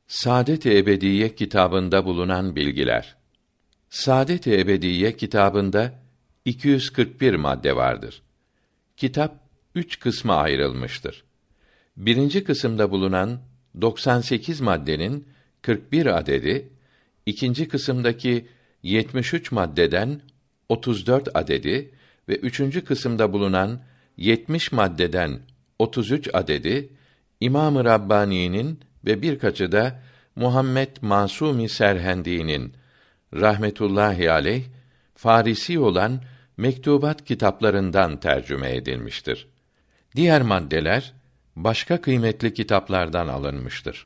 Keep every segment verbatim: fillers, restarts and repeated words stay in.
Saadet-i Ebediye kitabında bulunan bilgiler. Saadet-i Ebediye kitabında iki yüz kırk bir madde vardır. Kitap üç kısma ayrılmıştır. Birinci kısımda bulunan doksan sekiz maddenin kırk bir adedi, ikinci kısımdaki yetmiş üç maddeden otuz dört adedi ve üçüncü kısımda bulunan yetmiş maddeden otuz üç adedi İmam-ı Rabbani'nin ve birkaçı da Muhammed Masumi Serhendi'nin rahmetullahi aleyh Farisi olan mektubat kitaplarından tercüme edilmiştir. Diğer maddeler başka kıymetli kitaplardan alınmıştır.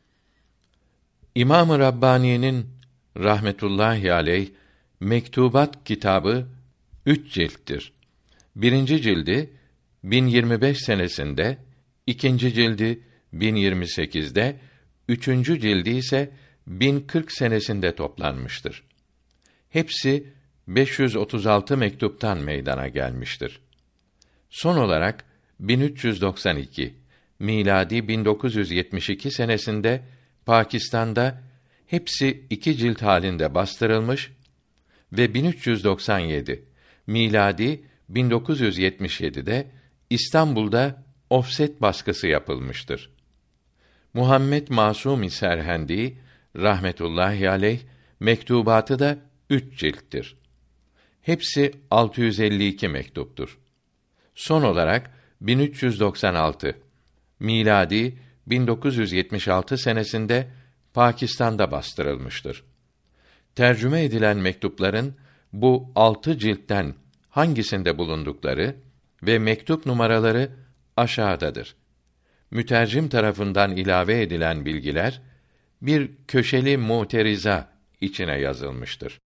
İmam-ı Rabbani'nin rahmetullahi aleyh mektubat kitabı üç cilttir. Birinci cildi bin yirmi beş senesinde, ikinci cildi bin yirmi sekizde, üçüncü cildi ise bin kırk senesinde toplanmıştır. Hepsi beş yüz otuz altı mektuptan meydana gelmiştir. Son olarak bin üç yüz doksan iki miladi bin dokuz yüz yetmiş iki senesinde Pakistan'da hepsi iki cilt halinde bastırılmış ve bin üç yüz doksan yedi miladi bin dokuz yüz yetmiş yedide İstanbul'da ofset baskısı yapılmıştır. Muhammed Masumi Serhendi rahmetullahi aleyh mektubatı da üç cilttir. Hepsi altı yüz elli iki mektuptur. Son olarak bin üç yüz doksan altı miladi bin dokuz yüz yetmiş altı senesinde Pakistan'da bastırılmıştır. Tercüme edilen mektupların bu altı ciltten hangisinde bulundukları ve mektup numaraları aşağıdadır. Mütercim tarafından ilave edilen bilgiler bir köşeli muteriza içine yazılmıştır.